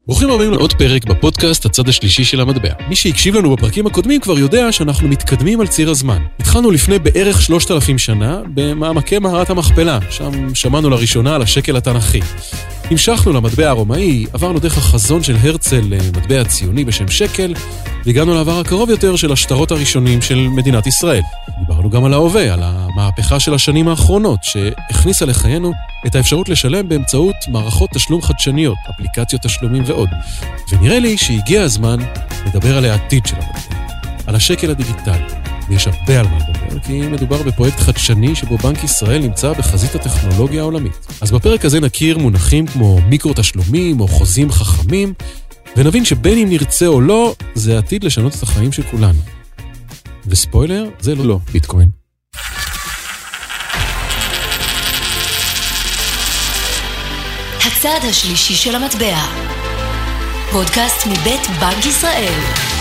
ברוכים הבאים לעוד פרק בפודקאסט הצד השלישי של המטבע. מי שהקשיב לנו בפרקים הקודמים כבר יודע שאנחנו מתקדמים על ציר הזמן. התחלנו לפני בערך 3,000 שנה במעמקי מערת המכפלה, שם שמענו לראשונה על השקל התנ"כי. המשכנו למטבע הרומאי, עברנו דרך החזון של הרצל למטבע הציוני בשם שקל, והגענו לעבר הקרוב יותר של השטרות הראשונים של מדינת ישראל. דיברנו גם על ההווה, על המהפכה של השנים האחרונות, שהכניסה לחיינו את האפשרות לשלם באמצעות מערכות תשלום חדשניות, אפליקציות תשלומים ועוד. ונראה לי שהגיע הזמן לדבר על העתיד של המטבע, על השקל הדיגיטלי. ויש הרבה על מה לדבר, כי מדובר בפרויקט חדשני שבו בנק ישראל נמצא בחזית הטכנולוגיה העולמית. אז בפרק הזה נכיר מונחים כמו מיקרו תשלומים או חוזים חכמים, ונבין שבין אם נרצה או לא, זה עתיד לשנות את החיים של כולנו. וספוילר, זה לא ביטקוין. הצד השלישי של המטבע. פודקאסט מבית בנק ישראל.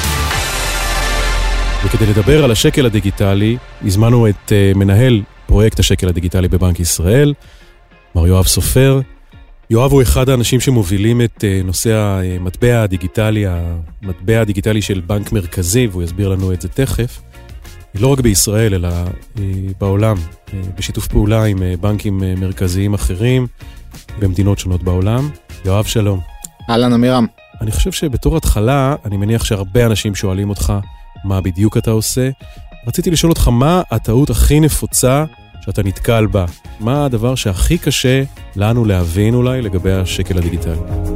וכדי לדבר על השקל הדיגיטלי, הזמנו את מנהל פרויקט השקל הדיגיטלי בבנק ישראל, מר יואב סופר. יואב הוא אחד האנשים שמובילים את נושא המטבע הדיגיטלי של בנק מרכזי, והוא יסביר לנו את זה תכף. לא רק בישראל, אלא בעולם, בשיתוף פעולה עם בנקים מרכזיים אחרים, במדינות שונות בעולם. יואב, שלום. אהלן, אמירם. אני חושב שבתור התחלה, אני מניח שהרבה אנשים שואלים אותך, מה בדיוק אתה עושה? רציתי לשאול אותך, מה הטעות הכי נפוצה שאתה נתקל בה? מה הדבר שהכי קשה לנו להבין אולי לגבי השקל הדיגיטלי?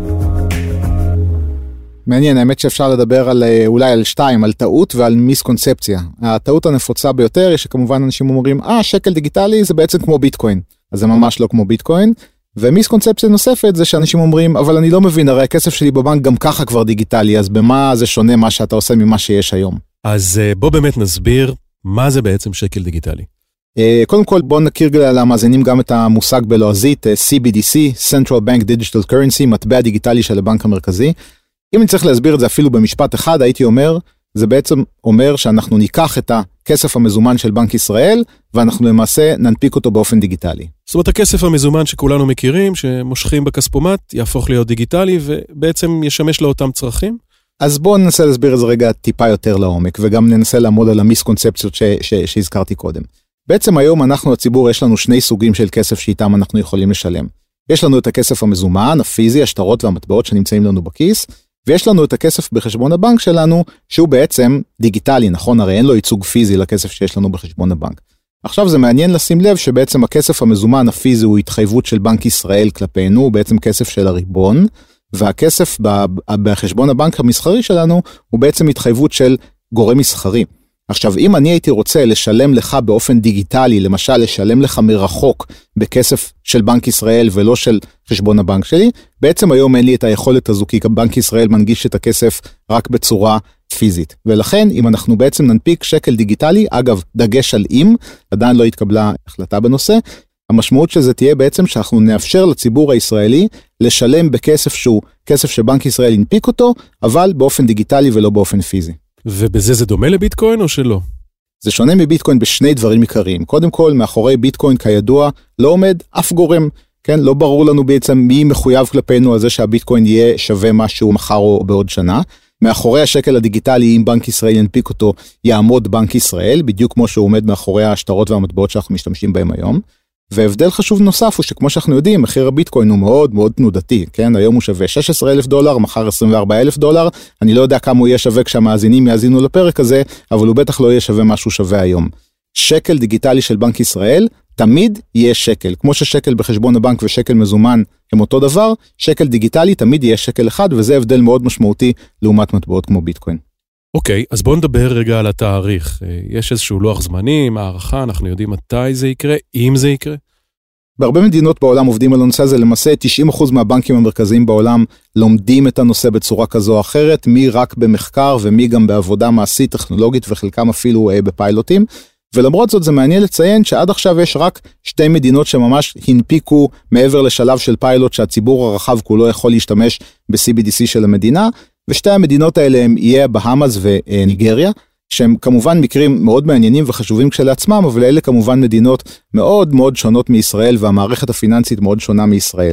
מעניין, האמת שאפשר לדבר אולי על שתיים, על טעות ועל מיסקונספציה. הטעות הנפוצה ביותר היא שכמובן אנשים אומרים, שקל דיגיטלי זה בעצם כמו ביטקוין. אז זה ממש לא כמו ביטקוין. ומיסקונספציה נוספת זה שאנשים אומרים, אבל אני לא מבין, הרי הכסף שלי בבנק גם ככה כבר דיגיטלי, אז במה זה שונה מה שאתה עושה ממה שיש היום? אז בוא באמת נסביר מה זה בעצם שקל דיגיטלי. קודם כל בוא נכיר למאזינים גם את המושג בלועזית, CBDC, Central Bank Digital Currency, מטבע דיגיטלי של הבנק המרכזי. אם אני צריך להסביר את זה אפילו במשפט אחד, הייתי אומר, זה בעצם אומר שאנחנו ניקח את הכסף המזומן של בנק ישראל, ואנחנו למעשה ננפיק אותו באופן דיגיטלי. זאת אומרת, הכסף המזומן שכולנו מכירים, שמושכים בכספומט, יהפוך להיות דיגיטלי, ובעצם ישמש לאותם צרכים? אז בואו ננסה להסביר את זה רגע טיפה יותר לעומק, וגם ננסה לעמוד על המיסקונספציות שהזכרתי קודם. בעצם היום אנחנו, הציבור, יש לנו שני סוגים של כסף שאיתם אנחנו יכולים לשלם. יש לנו את הכסף המזומן, הפיזי, השטרות והמטבעות שנמצאים לנו בכיס, ויש לנו את הכסף בחשבון הבנק שלנו, שהוא בעצם דיגיטלי, נכון? הרי אין לו ייצוג פיזי לכסף שיש לנו בחשבון הבנק. עכשיו זה מעניין לשים לב שבעצם הכסף המזומן הפיזי הוא התחייבות של בנק ישראל כלפינו, הוא בעצם כסף של הריבון, והכסף בחשבון הבנק המסחרי שלנו הוא בעצם התחייבות של גורם מסחרי. עכשיו, אם אני הייתי רוצה לשלם לך באופן דיגיטלי, למשל לשלם לך מרחוק בכסף של בנק ישראל ולא של חשבון הבנק שלי, בעצם היום אין לי את היכולת הזו, כי בנק ישראל מנגיש את הכסף רק בצורה פיזית. ולכן, אם אנחנו בעצם ננפיק שקל דיגיטלי, אגב, דגש על עדיין לא התקבלה החלטה בנושא, המשמעות שזה תהיה בעצם שאנחנו נאפשר לציבור הישראלי לשלם בכסף שהוא כסף שבנק ישראל ינפיק אותו, אבל באופן דיגיטלי ולא באופן פיזי. ובזה זה דומה לביטקוין או שלא? זה שונה מביטקוין בשני דברים עיקריים. קודם כל, מאחורי ביטקוין כידוע לא עומד אף גורם. כן, לא ברור לנו בעצם מי מחויב כלפינו על זה שהביטקוין יהיה שווה משהו מחר או בעוד שנה. מאחורי השקל הדיגיטלי, אם בנק ישראל ינפיק אותו, יעמוד בנק ישראל, בדיוק כמו שהוא עומד מאחורי השטרות והמטבעות שאנחנו משתמשים בהם היום. והבדל חשוב נוסף הוא שכמו שאנחנו יודעים, מחיר הביטקוין הוא מאוד מאוד תנודתי, כן? היום הוא שווה $16,000, מחר $24,000, אני לא יודע כמה הוא יהיה שווה כשהמאזינים יאזינו לפרק הזה, אבל הוא בטח לא יהיה שווה משהו שווה היום. שקל דיגיטלי של בנק ישראל, תמיד יהיה שקל. כמו ששקל בחשבון הבנק ושקל מזומן הם אותו דבר, שקל דיגיטלי תמיד יהיה שקל אחד, וזה הבדל מאוד משמעותי לעומת מטבעות כמו ביטקוין. אוקיי, אז בואו נדבר רגע על התאריך. יש איזשהו לוח זמנים, הערכה, אנחנו יודעים מתי זה יקרה, אם זה יקרה? בהרבה מדינות בעולם עובדים על הנושא הזה, למעשה 90% מהבנקים המרכזיים בעולם לומדים את הנושא בצורה כזו או אחרת, מי רק במחקר ומי גם בעבודה מעשית טכנולוגית וחלקם אפילו בפיילוטים, ולמרות זאת זה מעניין לציין שעד עכשיו יש רק שתי מדינות שממש הנפיקו מעבר לשלב של פיילוט שהציבור הרחב כולו יכול להשתמש ב-CBDC של המדינה, ושתי המדינות האלה הם יהיה בהאמאס וניגריה, שהם כמובן מקרים מאוד מעניינים וחשובים כשלעצמם, אבל אלה כמובן מדינות מאוד מאוד שונות מישראל, והמערכת הפיננסית מאוד שונה מישראל.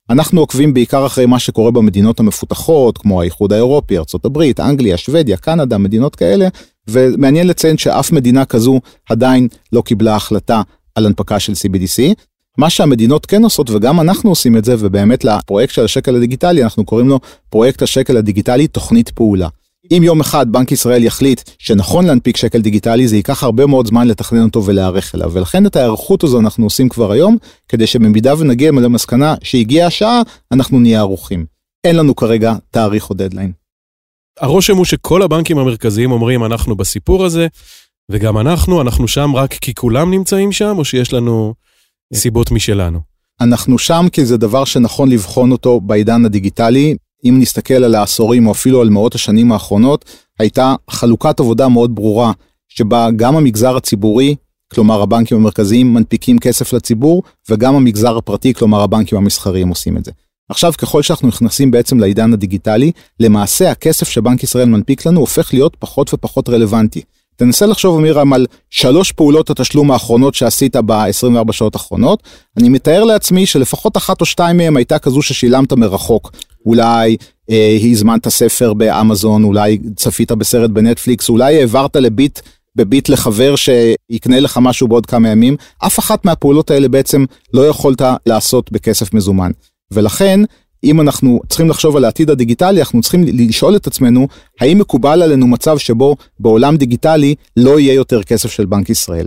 אנחנו עוקבים בעיקר אחרי מה שקורה במדינות המפותחות, כמו האיחוד האירופי, ארצות הברית, אנגליה, שוודיה, קנדה, מדינות כאלה, ומעניין לציין שאף מדינה כזו עדיין לא קיבלה החלטה על הנפקה של CBDC. מה שהמדינות כן עושות, וגם אנחנו עושים את זה, ובאמת לפרויקט של השקל הדיגיטלי, אנחנו קוראים לו פרויקט השקל הדיגיטלי תוכנית פעולה. אם יום אחד בנק ישראל יחליט שנכון להנפיק שקל דיגיטלי, זה ייקח הרבה מאוד זמן לתכנן אותו ולהערך אליו, ולכן את ההיערכות הזו אנחנו עושים כבר היום, כדי שבמידה ונגיע למסקנה שהגיעה השעה, אנחנו נהיה ערוכים. אין לנו כרגע תאריך או דדליין. הרושם הוא שכל הבנקים המרכזיים אומרים, אנחנו בסיפור הזה, וגם אנחנו שם רק כי כולם נמצאים שם, או שיש לנו סיבות משלנו? אנחנו שם כי זה דבר שנכון לבחון אותו בעידן הדיגיטלי. אם נסתכל על העשורים או אפילו על מאות השנים האחרונות, הייתה חלוקת עבודה מאוד ברורה, שבה גם המגזר הציבורי, כלומר הבנקים המרכזיים, מנפיקים כסף לציבור, וגם המגזר הפרטי, כלומר הבנקים המסחריים עושים את זה. עכשיו, ככל שאנחנו נכנסים בעצם לעידן הדיגיטלי, למעשה הכסף שבנק ישראל מנפיק לנו הופך להיות פחות ופחות רלוונטי. תנסה לחשוב, אמירם, על 3 פעולות התשלום האחרונות שעשית ב-24 שעות האחרונות. אני מתאר לעצמי שלפחות 1 או 2 מהם הייתה כזו ששילמת מרחוק. אולי הזמנת ספר באמזון, אולי צפית בסרט בנטפליקס, אולי העברת בביט לחבר שיקנה לך משהו בעוד כמה ימים. אף אחת מהפעולות האלה בעצם לא יכולת לעשות בכסף מזומן. ולכן, אם אנחנו צריכים לחשוב על העתיד הדיגיטלי, אנחנו צריכים לשאול את עצמנו, האם מקובל עלינו מצב שבו בעולם דיגיטלי לא יהיה יותר כסף של בנק ישראל?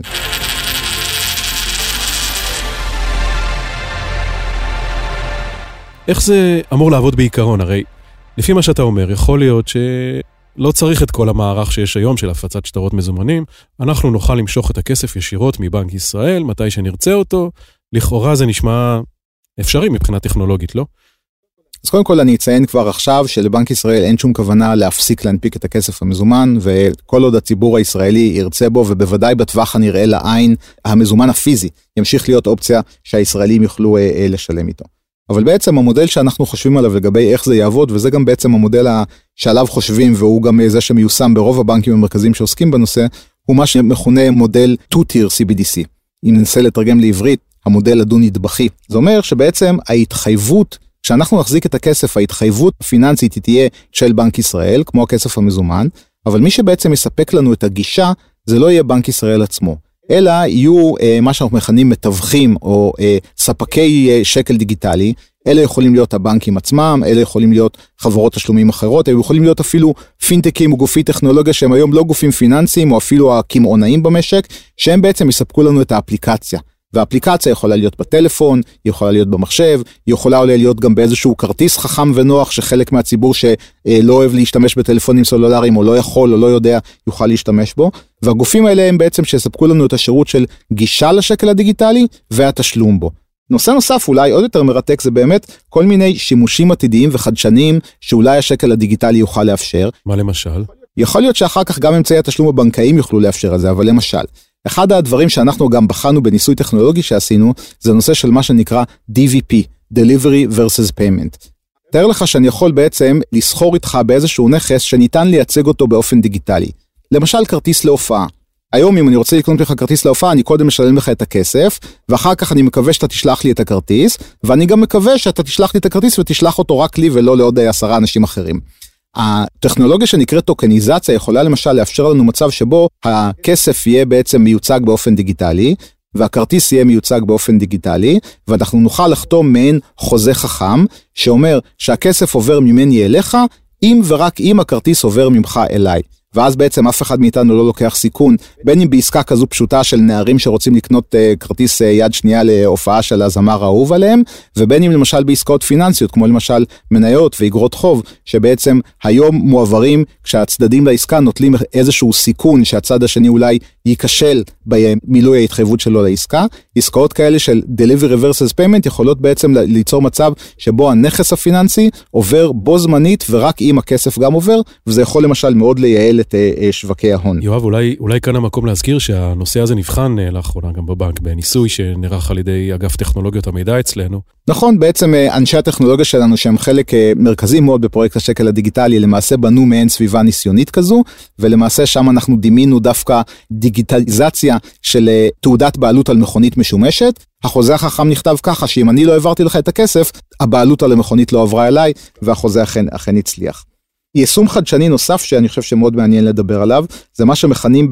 איך זה אמור לעבוד בעיקרון? הרי לפי מה שאתה אומר, יכול להיות שלא צריך את כל המערך שיש היום של הפצת שטרות מזומנים, אנחנו נוכל למשוך את הכסף ישירות מבנק ישראל, מתי שנרצה אותו, לכאורה זה נשמע אפשרי מבחינה טכנולוגית, לא? אז קודם כל אני אציין כבר עכשיו שלבנק ישראל אין שום כוונה להפסיק להנפיק את הכסף המזומן, וכל עוד הציבור הישראלי ירצה בו, ובוודאי בטווח הנראה לעין, המזומן הפיזי ימשיך להיות אופציה שהישראלים יוכלו לשלם איתו. אבל בעצם המודל שאנחנו חושבים עליו לגבי איך זה יעבוד, וזה גם בעצם המודל שעליו חושבים, והוא גם זה שמיושם ברוב הבנקים המרכזיים שעוסקים בנושא, הוא מה שמכונה מודל 2-tier CBDC. אם ננסה לתרגם לעברית, המודל הדו-נדבכי. זה אומר שבעצם ההתחייבות, כשאנחנו נחזיק את הכסף, ההתחייבות הפיננסית תהיה של בנק ישראל, כמו הכסף המזומן, אבל מי שבעצם יספק לנו את הגישה, זה לא יהיה בנק ישראל עצמו, אלא יהיו מה שאנחנו מכנים מתווכים, או ספקי שקל דיגיטלי. אלה יכולים להיות הבנקים עצמם, אלה יכולים להיות חברות תשלומים אחרות, אלה יכולים להיות אפילו פינטקים וגופי טכנולוגיה שהם היום לא גופים פיננסיים, או אפילו הקמעונאים במשק, שהם בעצם יספקו לנו את האפליקציה. והאפליקציה יכולה להיות בטלפון, היא יכולה להיות במחשב, היא יכולה להיות גם באיזשהו כרטיס חכם ונוח, שחלק מהציבור שלא אוהב להשתמש בטלפונים סלולריים, או לא יכול או לא יודע, יוכל להשתמש בו. והגופים האלה הם בעצם שיספקו לנו את השירות של גישה לשקל הדיגיטלי, והתשלום בו. נושא נוסף אולי עוד יותר מרתק, זה באמת כל מיני שימושים עתידיים וחדשניים, שאולי השקל הדיגיטלי יוכל לאפשר. מה למשל? יכול להיות שאחר כך גם אמצעי התשלום הבנקאיים יוכלו לאפשר את זה, אבל למשל, אחד הדברים שאנחנו גם בחנו בניסוי טכנולוגי שעשינו, זה נושא של מה שנקרא DVP, Delivery versus Payment. תאר לך שאני יכול בעצם לסחור איתך באיזשהו נכס שניתן לייצג אותו באופן דיגיטלי. למשל כרטיס להופעה. היום אם אני רוצה לקנות לך כרטיס להופעה, אני קודם משלם לך את הכסף, ואחר כך אני מקווה שאתה תשלח לי את הכרטיס, ואני גם מקווה שאתה תשלח לי את הכרטיס ותשלח אותו רק לי ולא לעוד 10 אנשים אחרים. הטכנולוגיה שנקראת טוקניזציה יכולה למשל לאפשר לנו מצב שבו הכסף יהיה בעצם מיוצג באופן דיגיטלי, והכרטיס יהיה מיוצג באופן דיגיטלי, ואנחנו נוכל לחתום מעין חוזה חכם, שאומר שהכסף עובר ממני אליך, אם ורק אם הכרטיס עובר ממך אליי. ואז בעצם אף אחד מאיתנו לא לוקח סיכון, בין אם בעסקה כזו פשוטה של נערים שרוצים לקנות כרטיס יד שנייה להופעה של הזמר האהוב עליהם, ובין אם למשל בעסקאות פיננסיות, כמו למשל מניות ואגרות חוב, שבעצם היום מועברים כשהצדדים לעסקה נוטלים איזשהו סיכון שהצד השני אולי ייכשל במילוי ההתחייבות שלו לעסקה. עסקאות כאלה של delivery versus payment יכולות בעצם ליצור מצב שבו הנכס הפיננסי עובר בו זמנית, ורק אם הכסף גם עובר, וזה יכול למשל מאוד לייעל את שווקי ההון. יואב, אולי כאן המקום להזכיר שהנושא הזה נבחן לאחרונה גם בבנק, בניסוי שנערך על ידי אגף טכנולוגיות המידע אצלנו. נכון, בעצם אנשי הטכנולוגיה שלנו שהם חלק מרכזי מאוד בפרויקט השקל הדיגיטלי, למעשה בנו מעין סביבה ניסיונית כזו, ולמעשה שם אנחנו דימינו דווקא דיגיטליזציה של תעודת בעלות על מכונית משומשת. החוזה החכם נכתב ככה, שאם אני לא העברתי לך את הכסף, הבעלות על המכונית לא עברה אליי, והחוזה אכן הצליח. יישום חדשני נוסף שאני חושב שמאוד מעניין לדבר עליו, זה מה שמכנים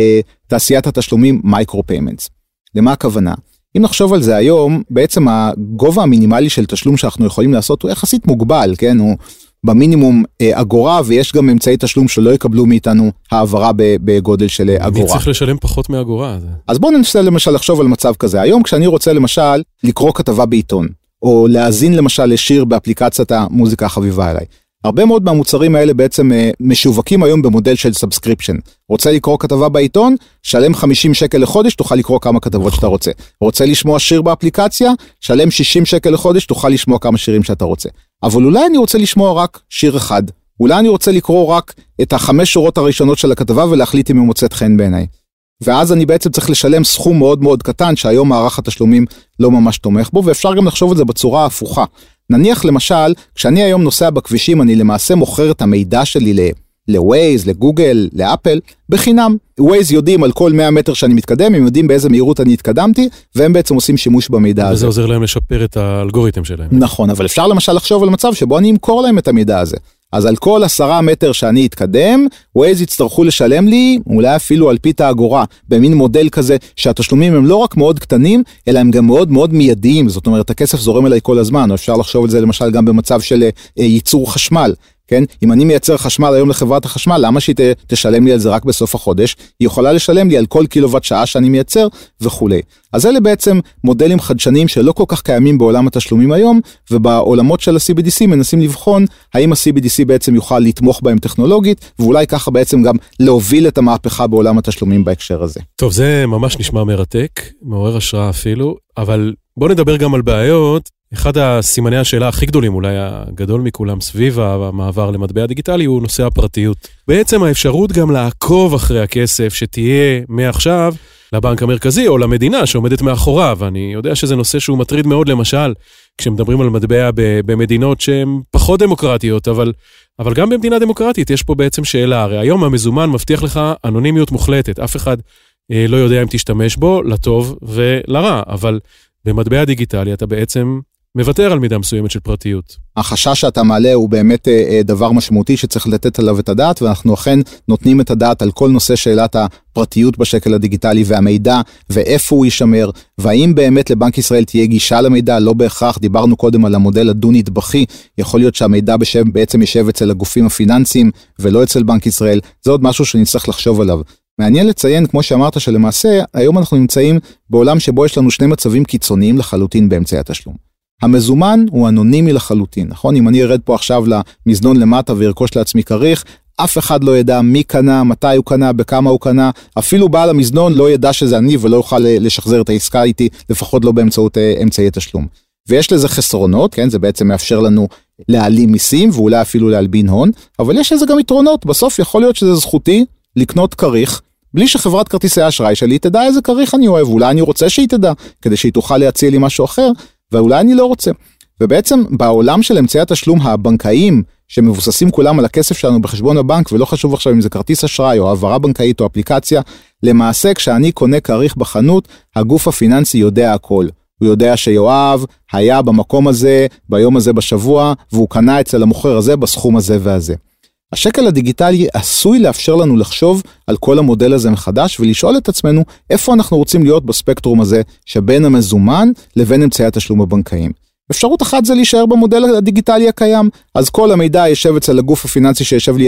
בתעשיית התשלומים מייקרו-פיימנטס. למה הכוונה? אם נחשוב על זה היום, בעצם הגובה המינימלי של תשלום שאנחנו יכולים לעשות הוא יחסית מוגבל, כן? הוא במינימום אגורה, ויש גם אמצעי תשלום שלא יקבלו מאיתנו העברה בגודל של אגורה. אני צריך לשלם פחות מאגורה. אז בואו ננסה למשל לחשוב על מצב כזה. היום כשאני רוצה למשל לקרוא כתבה בעיתון, או להאזין למשל לשיר באפליקציית המוזיקה החביבה אליי. הרבה מאוד מהמוצרים האלה בעצם משווקים היום במודל של סאבסקריפשן. רוצה לקרוא כתבה בעיתון, שלם 50 שקל לחודש, תוכל לקרוא כמה כתבות שאתה רוצה. רוצה לשמוע שיר באפליקציה, שלם 60 שקל לחודש, תוכל לשמוע כמה שירים שאתה רוצה. אבל אולי אני רוצה לשמוע רק שיר אחד. אולי אני רוצה לקרוא רק את 5 שורות הראשונות של הכתבה ולהחליט אם היא מוצאת חן בעיניי. ואז אני בעצם צריך לשלם סכום מאוד מאוד קטן, שהיום מערך התשלומים לא ממש תומך בו, ואפשר גם לחשוב את זה בצורה ההפוכה. נניח למשל, כשאני היום נוסע בכבישים, אני למעשה מוכר את המידע שלי לווייז, לגוגל, לאפל, בחינם. ווייז יודעים על כל 100 מטר שאני מתקדם, הם יודעים באיזה מהירות אני התקדמתי, והם בעצם עושים שימוש במידע הזה. וזה עוזר להם לשפר את האלגוריתם שלהם. נכון, אבל אפשר למשל לחשוב על מצב שבו אני אמכור להם את המידע הזה. אז על כל 10 מטר שאני אתקדם, ווייז יצטרכו לשלם לי, אולי אפילו על פית האגורה, במין מודל כזה שהתשלומים הם לא רק מאוד קטנים, אלא הם גם מאוד מאוד מיידיים, זאת אומרת, הכסף זורם אליי כל הזמן, או אפשר לחשוב על זה למשל גם במצב של ייצור חשמל, כן? אם אני מייצר חשמל היום לחברת החשמל, למה שהיא תשלם לי על זה רק בסוף החודש? היא יכולה לשלם לי על כל קילוואט שעה שאני מייצר וכו'. אז אלה בעצם מודלים חדשניים שלא כל כך קיימים בעולם התשלומים היום, ובעולמות של ה-CBDC מנסים לבחון האם ה-CBDC בעצם יוכל לתמוך בהם טכנולוגית, ואולי ככה בעצם גם להוביל את המהפכה בעולם התשלומים בהקשר הזה. טוב, זה ממש נשמע מרתק, מעורר השראה אפילו, אבל בוא נדבר גם על בעיות. אחד הסימני השאלה הכי גדולים, אולי הגדול מכולם סביב המעבר למטבע דיגיטלי, הוא נושא הפרטיות. בעצם האפשרות גם לעקוב אחרי הכסף שתהיה מעכשיו לבנק המרכזי או למדינה שעומדת מאחוריו. אני יודע שזה נושא שהוא מטריד מאוד, למשל, כשמדברים על מטבע במדינות שהן פחות דמוקרטיות, אבל גם במדינה דמוקרטית יש פה בעצם שאלה. הרי היום המזומן מבטיח לך אנונימיות מוחלטת. אף אחד לא יודע אם תשתמש בו לטוב ולרע, אבל במטבע דיגיטלי אתה בעצם מוותר על מידה מסוימת של פרטיות. החשש שאתה מעלה הוא באמת דבר משמעותי שצריך לתת עליו את הדעת, ואנחנו אכן נותנים את הדעת על כל נושא שאלת הפרטיות בשקל הדיגיטלי והמידע, ואיפה הוא יישמר, והאם באמת לבנק ישראל תהיה גישה למידע, לא בהכרח, דיברנו קודם על המודל הדו-נדבכי, יכול להיות שהמידע בעצם יישב אצל הגופים הפיננסיים, ולא אצל בנק ישראל, זה עוד משהו שנצטרך לחשוב עליו. מעניין לציין, כמו שאמרת, שלמעשה, היום אנחנו נמצאים בעולם שבו יש לנו 2 מצבים קיצוניים לחלוטין באמצעי התשלום. המזומן הוא אנונימי לחלוטין, נכון? אם אני ארד פה עכשיו למזנון למטה וירכוש לעצמי כריך, אף אחד לא ידע מי קנה, מתי הוא קנה, בכמה הוא קנה, אפילו בעל המזנון לא ידע שזה אני ולא יוכל לשחזר את העסקה איתי, לפחות לא באמצעות אמצעי תשלום. ויש לזה חסרונות, כן? זה בעצם מאפשר לנו להעלים מיסים ואולי אפילו להלבין הון, אבל יש לזה גם יתרונות. בסוף יכול להיות שזה זכותי לקנות כריך, בלי שחברת כרטיסי האשראי שלי תדע איזה כריך אני אוהב, אולי אני רוצה שהיא תדע, כדי שהיא תוכל להציע לי משהו אחר, ואולי אני לא רוצה. ובעצם בעולם של אמצעי התשלום הבנקאיים, שמבוססים כולם על הכסף שלנו בחשבון הבנק, ולא חשוב עכשיו אם זה כרטיס אשראי או העברה בנקאית או אפליקציה, למעשה כשאני קונה כריך בחנות, הגוף הפיננסי יודע הכל. הוא יודע שיואב היה במקום הזה, ביום הזה בשבוע, והוא קנה אצל המוכר הזה בסכום הזה והזה. השקל הדיגיטלי עשוי לאפשר לנו לחשוב על כל המודל הזה מחדש, ולשאול את עצמנו איפה אנחנו רוצים להיות בספקטרום הזה, שבין המזומן לבין אמצעי התשלום הבנקאיים. אפשרות אחת זה להישאר במודל הדיגיטלי הקיים, אז כל המידע ישב אצל הגוף הפיננסי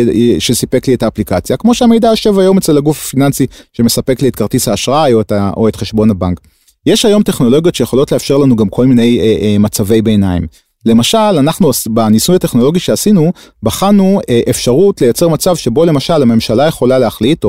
שסיפק לי את האפליקציה, כמו שהמידע יושב היום אצל הגוף הפיננסי שמספק לי את כרטיס האשראי או את חשבון הבנק. יש היום טכנולוגיות שיכולות לאפשר לנו גם כל מיני מצבי ביניים. למשל, אנחנו בניסוי הטכנולוגי שעשינו, בחנו אפשרות לייצר מצב שבו למשל הממשלה יכולה להחליט,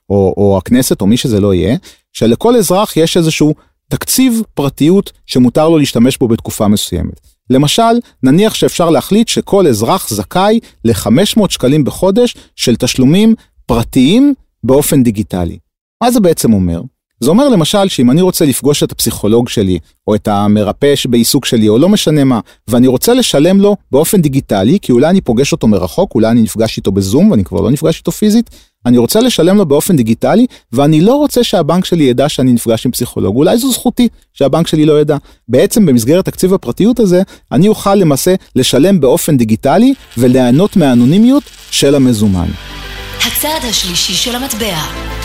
או הכנסת, או מי שזה לא יהיה, שלכל אזרח יש איזשהו תקציב פרטיות שמותר לו להשתמש בו בתקופה מסוימת. למשל, נניח שאפשר להחליט שכל אזרח זכאי ל-500 שקלים בחודש של תשלומים פרטיים באופן דיגיטלי. מה זה בעצם אומר? זה אומר למשל שאם אני רוצה לפגוש את הפסיכולוג שלי, או את המרפא בעיסוק שלי, או לא משנה מה, ואני רוצה לשלם לו באופן דיגיטלי, כי אולי אני פוגש אותו מרחוק, אולי אני נפגש איתו בזום, ואני כבר לא נפגש איתו פיזית, אני רוצה לשלם לו באופן דיגיטלי, ואני לא רוצה שהבנק שלי ידע שאני נפגש עם פסיכולוג. אולי זו זכותי שהבנק שלי לא ידע. בעצם במסגרת תקציב הפרטיות הזה, אני אוכל למעשה לשלם באופן דיגיטלי, וליהנות מהאנונימיות של המזומן. הצד השלישי של המטבע.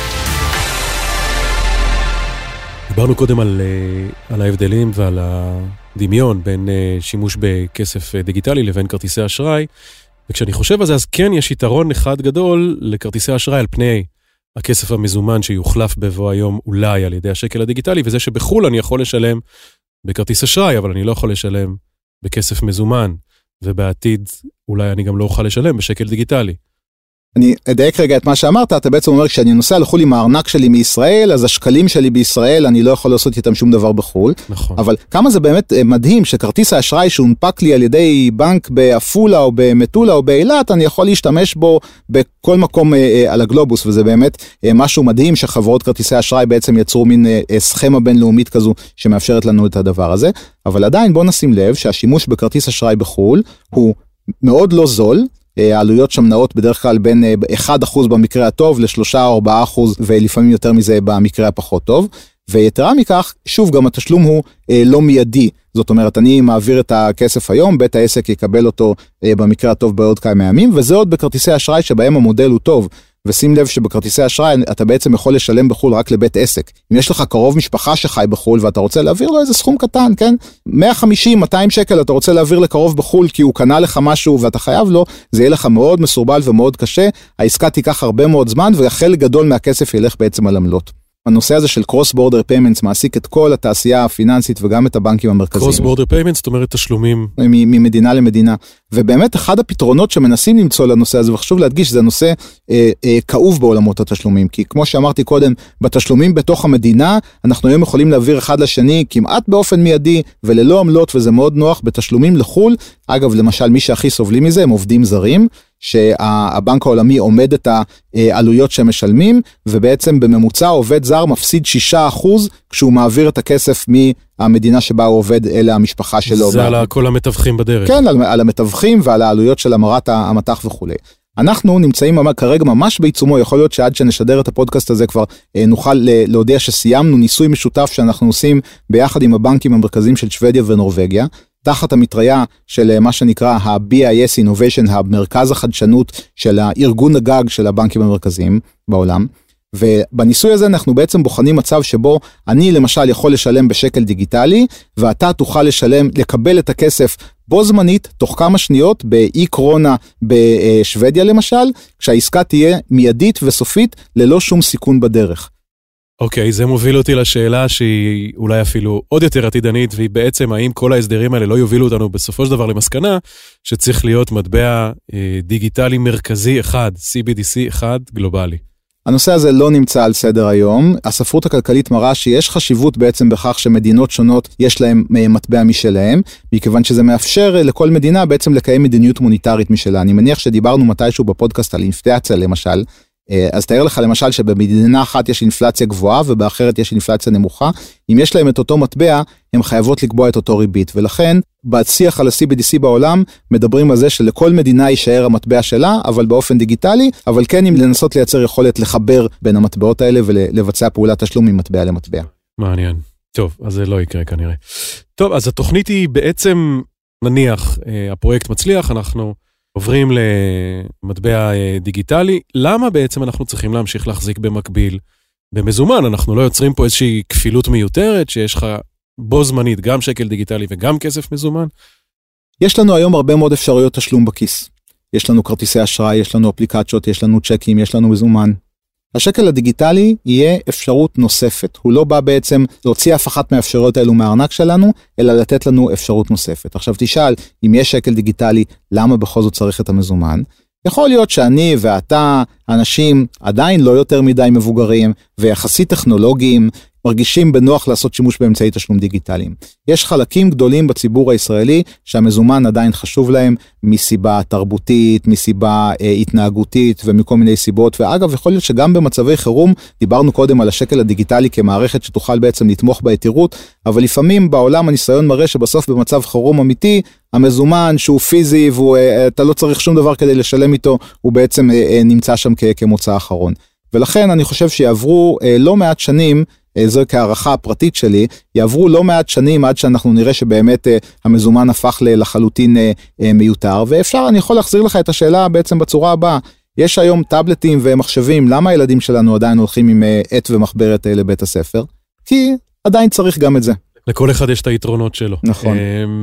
דיברנו קודם על ההבדלים ועל הדמיון בין שימוש בכסף דיגיטלי לבין כרטיסי אשראי, וכשאני חושב על זה, אז כן יש יתרון אחד גדול לכרטיסי אשראי על פני הכסף המזומן שיוחלף בבוא היום אולי על ידי השקל הדיגיטלי, וזה שבחול אני יכול לשלם בכרטיס אשראי, אבל אני לא יכול לשלם בכסף מזומן, ובעתיד אולי אני גם לא אוכל לשלם בשקל דיגיטלי. אני אדייק רגע את מה שאמרת, אתה בעצם אומר, כשאני נוסע לחול עם הארנק שלי מישראל, אז השקלים שלי בישראל, אני לא יכול לעשות איתם שום דבר בחול. נכון. אבל כמה זה באמת מדהים, שכרטיס האשראי שהונפק לי על ידי בנק באפולה או במטולה או באילת, אני יכול להשתמש בו בכל מקום על הגלובוס, וזה באמת משהו מדהים, שחברות כרטיסי האשראי בעצם יצרו מין סכמה בינלאומית כזו, שמאפשרת לנו את הדבר הזה. אבל עדיין בוא נשים לב, שהשימוש בכרטיס אשראי בחול, הוא מאוד לא זול, העלויות שם נעות בדרך כלל בין 1% במקרה הטוב ל3 או 4%, ולפעמים יותר מזה במקרה הפחות טוב. ויתרה מכך, שוב, גם התשלום הוא לא מיידי. זאת אומרת, אני מעביר את הכסף היום, בית העסק יקבל אותו במקרה הטוב בעוד כמה ימים, וזה עוד בכרטיסי אשראי שבהם המודל הוא טוב. ושים לב שבכרטיסי אשראי אתה בעצם יכול לשלם בחול רק לבית עסק. אם יש לך קרוב משפחה שחי בחול ואתה רוצה להעביר לו איזה סכום קטן, כן? 150, 200 שקל אתה רוצה להעביר לקרוב בחול כי הוא קנה לך משהו ואתה חייב לו, זה יהיה לך מאוד מסורבל ומאוד קשה, העסקה תיקח הרבה מאוד זמן וחלק גדול מהכסף ילך בעצם על עמלות. הנושא הזה של Cross Border Payments מעסיק את כל התעשייה הפיננסית וגם את הבנקים המרכזיים. Cross Border Payments, זאת אומרת תשלומים. ממדינה למדינה. ובאמת אחד הפתרונות שמנסים למצוא לנושא הזה, וחשוב להדגיש, זה נושא כאוב בעולמות התשלומים. כי כמו שאמרתי קודם, בתשלומים בתוך המדינה, אנחנו היום יכולים להעביר אחד לשני כמעט באופן מיידי וללא עמלות, וזה מאוד נוח. בתשלומים לחול, אגב, למשל, מי שהכי סובלים מזה הם עובדים זרים, שהבנק העולמי עומד את העלויות שהם משלמים, ובעצם בממוצע עובד זר מפסיד 6% כשהוא מעביר את הכסף מהמדינה שבה הוא עובד אלה המשפחה שלו. זה על כל המתווכים בדרך. כן, על המתווכים ועל העלויות של המרת המתח וכו'. אנחנו נמצאים כרגע ממש בעיצומו, יכול להיות שעד שנשדר את הפודקאסט הזה כבר נוכל להודיע שסיימנו ניסוי משותף שאנחנו עושים ביחד עם הבנקים המרכזיים של שוודיה ונורווגיה, תחת המטריה של מה שנקרא ה-BIS Innovation Hub, מרכז החדשנות של הארגון הגג של הבנקים המרכזיים בעולם. ובניסוי הזה אנחנו בעצם בוחנים מצב שבו אני למשל יכול לשלם בשקל דיגיטלי, ואתה תוכל לקבל את הכסף בו זמנית, תוך כמה שניות, באי קורונה בשוודיה למשל, כשהעסקה תהיה מיידית וסופית, ללא שום סיכון בדרך. אוקיי, זה מוביל אותי לשאלה שהיא אולי אפילו עוד יותר עתידנית, והיא בעצם האם כל ההסדרים האלה לא יובילו אותנו בסופו של דבר למסקנה, שצריך להיות מטבע דיגיטלי מרכזי אחד, CBDC אחד גלובלי. הנושא הזה לא נמצא על סדר היום. הספרות הכלכלית מראה שיש חשיבות בעצם בכך שמדינות שונות יש להם מטבע משלהם, מכיוון שזה מאפשר לכל מדינה בעצם לקיים מדיניות מוניטרית משלה. אני מניח שדיברנו מתישהו בפודקאסט על אינפלציה למשל, אז תאר לך למשל שבמדינה אחת יש אינפלציה גבוהה ובאחרת יש אינפלציה נמוכה, אם יש להם את אותו מטבע, הם חייבות לקבוע את אותו ריבית, ולכן בשיח על ה-CBDC בעולם מדברים על זה שלכל מדינה יישאר המטבע שלה, אבל באופן דיגיטלי, אבל כן אם לנסות לייצר יכולת לחבר בין המטבעות האלה ולבצע פעולת תשלום ממטבע למטבע. מעניין. טוב, אז זה לא יקרה כנראה. טוב, אז התוכנית היא בעצם, נניח, הפרויקט מצליח, אנחנו עוברים למטבע דיגיטלי, למה בעצם אנחנו צריכים להמשיך להחזיק במקביל במזומן? אנחנו לא יוצרים פה איזושהי כפילות מיותרת, שיש לך בו זמנית גם שקל דיגיטלי וגם כסף מזומן? יש לנו היום הרבה מאוד אפשרויות תשלום בכיס. יש לנו כרטיסי אשראי, יש לנו אפליקציות, יש לנו צ'קים, יש לנו מזומן. השקל הדיגיטלי יהיה אפשרות נוספת. הוא לא בא בעצם להוציא אף אחת מהאפשרויות האלו מהארנק שלנו, אלא לתת לנו אפשרות נוספת. עכשיו תשאל, אם יש שקל דיגיטלי, למה בכל זאת צריך את המזומן? יכול להיות שאני ואתה, אנשים עדיין לא יותר מדי מבוגרים, ויחסית טכנולוגיים, מרגישים בנוח לעשות שימוש באמצעי תשלום דיגיטליים. יש חלקים גדולים בציבור הישראלי שהמזומן עדיין חשוב להם מסיבה תרבותית, מסיבה התנהגותית ומכל מיני סיבות, ואגב יכול להיות שגם במצבי חירום, דיברנו קודם על השקל הדיגיטלי כמערכת שתוכל בעצם לתמוך ביתירות, אבל לפעמים בעולם הניסיון מראה שבסוף במצב חירום אמיתי, המזומן שהוא פיזי ואתה לא צריך שום דבר כדי לשלם איתו, הוא בעצם נמצא שם כמוצא אחרון. ולכן אני חושב שיעברו לא מעט שנים, זו כערכה הפרטית שלי, יעברו לא מעט שנים עד שאנחנו נראה שבאמת המזומן הפך לחלוטין מיותר, ואפשר, אני יכול להחזיר לך את השאלה בעצם בצורה הבאה, יש היום טאבלטים ומחשבים, למה הילדים שלנו עדיין הולכים עם עט ומחברת לבית הספר? כי עדיין צריך גם את זה. לכל אחד יש את היתרונות שלו. נכון.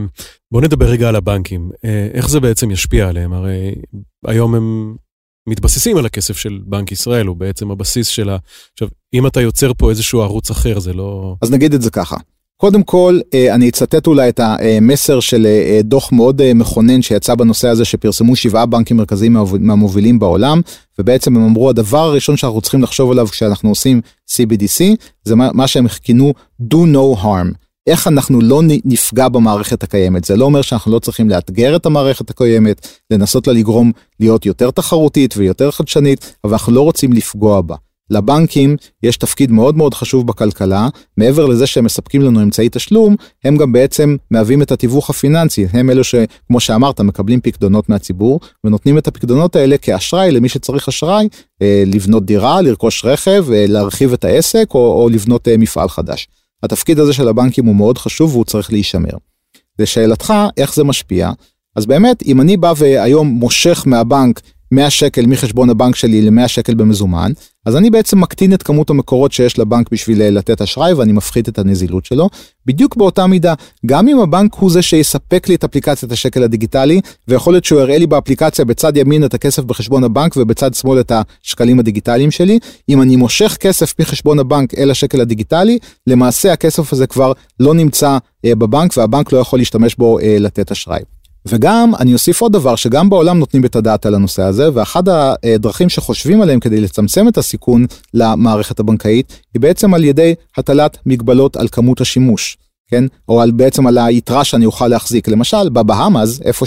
בוא נדבר רגע על הבנקים. איך זה בעצם ישפיע עליהם? הרי היום הם מתבססים על הכסף של בנק ישראל, הוא בעצם הבסיס שלה. עכשיו, אם אתה יוצר פה איזשהו ערוץ אחר, זה לא... אז נגיד את זה ככה. קודם כל, אני אצטט אולי את המסר של דוח מאוד מכונן שיצא בנושא הזה, שפרסמו 7 בנקים מרכזיים מהמובילים בעולם, ובעצם הם אמרו, הדבר הראשון שאנחנו צריכים לחשוב עליו כשאנחנו עושים CBDC, זה מה שהם כינו do no harm. איך אנחנו לא נפגע במערכת הקיימת. זה לא אומר שאנחנו לא צריכים לאתגר את המערכת הקיימת, לנסות לה לגרום להיות יותר תחרותית ויותר חדשנית, אבל אנחנו לא רוצים לפגוע בה. לבנקים יש תפקיד מאוד מאוד חשוב בכלכלה, מעבר לזה שהם מספקים לנו אמצעי תשלום, הם גם בעצם מהווים את התיווך הפיננסי, הם אלו שכמו שאמרת מקבלים פקדונות מהציבור, ונותנים את הפקדונות האלה כאשראי למי שצריך אשראי, לבנות דירה, לרכוש רכב, להרחיב את העסק או לבנות מפעל חדש. התפקיד הזה של הבנקים הוא מאוד חשוב והוא צריך להישמר. לשאלתך איך זה משפיע, אז באמת אם אני בא והיום מושך מהבנק 100 שקל מחשבון הבנק שלי ל100 שקל במזומן, אז אני בעצם מקטין את כמות המקורות שיש לבנק בשביל לתת אשראי, ואני מפחית את הנזילות שלו. בדיוק באותה מידה, גם אם הבנק הוא זה שיספק לי את אפליקציית השקל הדיגיטלי, ויכול להיות שהוא יראה לי באפליקציה בצד ימין את הכסף בחשבון הבנק, ובצד שמאל את השקלים הדיגיטליים שלי, אם אני מושך כסף מחשבון הבנק אל השקל הדיגיטלי, למעשה הכסף הזה כבר לא נמצא בבנק, והבנק לא יכול להשתמש בו לתת אשראי. וגם אני אוסיף עוד דבר שגם בעולם נותנים את הדעת על הנושא הזה, ואחד הדרכים שחושבים עליהם כדי לצמצם את הסיכון למערכת הבנקאית, היא בעצם על ידי הטלת מגבלות על כמות השימוש, כן? או בעצם על היתרה שאני אוכל להחזיק. למשל, בבהאמאז, איפה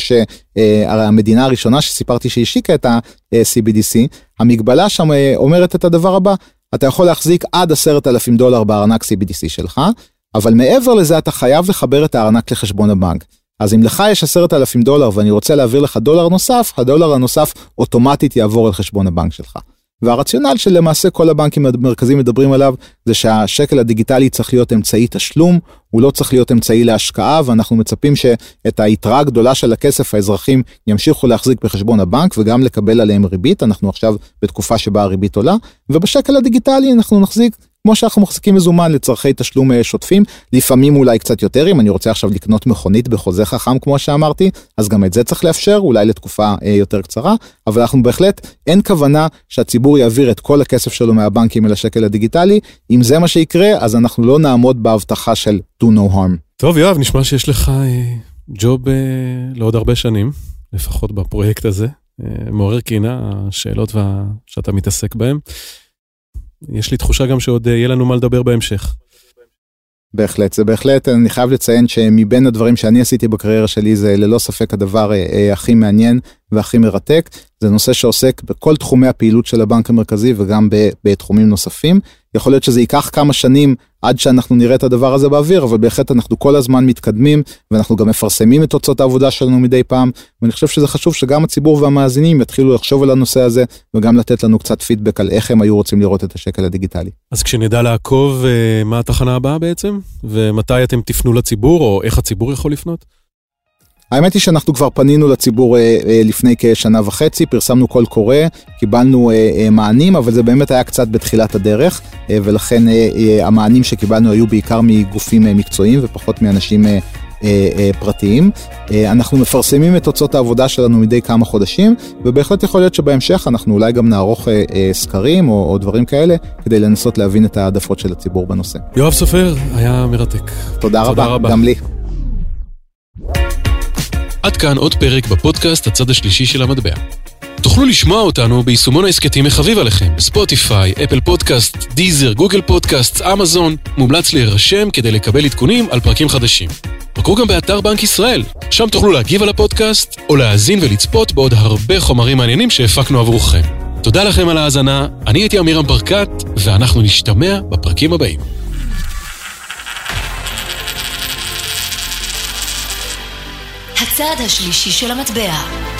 שהמדינה הראשונה שסיפרתי שהשיקה את ה-CBDC, המגבלה שם אומרת את הדבר הבא, אתה יכול להחזיק עד $10,000 בארנק CBDC שלך, אבל מעבר לזה אתה חייב לחבר את הארנק לחשבון הבנק. אז אם לך יש $10,000 ואני רוצה להעביר לך דולר נוסף, הדולר הנוסף אוטומטית יעבור על חשבון הבנק שלך. והרציונל שלמעשה כל הבנקים המרכזיים מדברים עליו, זה שהשקל הדיגיטלי צריך להיות אמצעי תשלום, הוא לא צריך להיות אמצעי להשקעה, ואנחנו מצפים שאת היתרה הגדולה של הכסף האזרחים ימשיכו להחזיק בחשבון הבנק, וגם לקבל עליהם ריבית, אנחנו עכשיו בתקופה שבה הריבית עולה, ובשקל הדיגיטלי אנחנו נחזיק, כמו שאנחנו מחזיקים מזומן לצרכי תשלום שוטפים, לפעמים אולי קצת יותר, אם אני רוצה עכשיו לקנות מכונית בחוזה חכם כמו שאמרתי, אז גם את זה צריך לאפשר, אולי לתקופה יותר קצרה, אבל אנחנו בהחלט, אין כוונה שהציבור יעביר את כל הכסף שלו מהבנקים אל השקל הדיגיטלי, אם זה מה שיקרה, אז אנחנו לא נעמוד בהבטחה של do no harm. טוב יואב, נשמע שיש לך ג'וב לעוד הרבה שנים, לפחות בפרויקט הזה, מעורר קינה, השאלות שאתה מתעסק בהם. יש לי תחושה גם שעוד יהיה לנו מה לדבר בהמשך. בהחלט, זה בהחלט, אני חייב לציין שמבין הדברים שאני עשיתי בקריירה שלי, זה ללא ספק הדבר הכי מעניין והכי מרתק, זה נושא שעוסק בכל תחומי הפעילות של הבנק המרכזי וגם בתחומים נוספים. יכול להיות שזה ייקח כמה שנים עד שאנחנו נראה את הדבר הזה באוויר, אבל בהחלט אנחנו כל הזמן מתקדמים, ואנחנו גם מפרסמים את תוצאות העבודה שלנו מדי פעם, ואני חושב שזה חשוב שגם הציבור והמאזינים יתחילו לחשוב על הנושא הזה, וגם לתת לנו קצת פידבק על איך הם היו רוצים לראות את השקל הדיגיטלי. אז כשנדע לעקוב מה התחנה הבאה בעצם, ומתי אתם תפנו לציבור, או איך הציבור יכול לפנות? האמת היא שאנחנו כבר פנינו לציבור לפני כשנה וחצי, פרסמנו קול קורא, קיבלנו מענים, אבל זה באמת היה קצת בתחילת הדרך, ולכן המענים שקיבלנו היו בעיקר מגופים מקצועיים ופחות מאנשים פרטיים. אנחנו מפרסמים את תוצאות העבודה שלנו מדי כמה חודשים, ובהחלט יכול להיות שבהמשך אנחנו אולי גם נערוך סקרים או דברים כאלה, כדי לנסות להבין את העדפות של הציבור בנושא. יואב סופר, היה מרתק. תודה רבה, גם לי. עד כאן עוד פרק בפודקאסט הצד השלישי של המטבע. תוכלו לשמוע אותנו ביישומון העסקתי מחביב עליכם, בספוטיפיי, אפל פודקאסט, דיזר, גוגל פודקאסט, אמזון. מומלץ להירשם כדי לקבל עדכונים על פרקים חדשים. בקרו גם באתר בנק ישראל, שם תוכלו להגיב על הפודקאסט, או להאזין ולצפות בעוד הרבה חומרים מעניינים שהפקנו עבורכם. תודה לכם על ההאזנה, אני הייתי אמירם ברקת, ואנחנו נשתמע בפרקים הבאים. הצד השלישי של המטבע.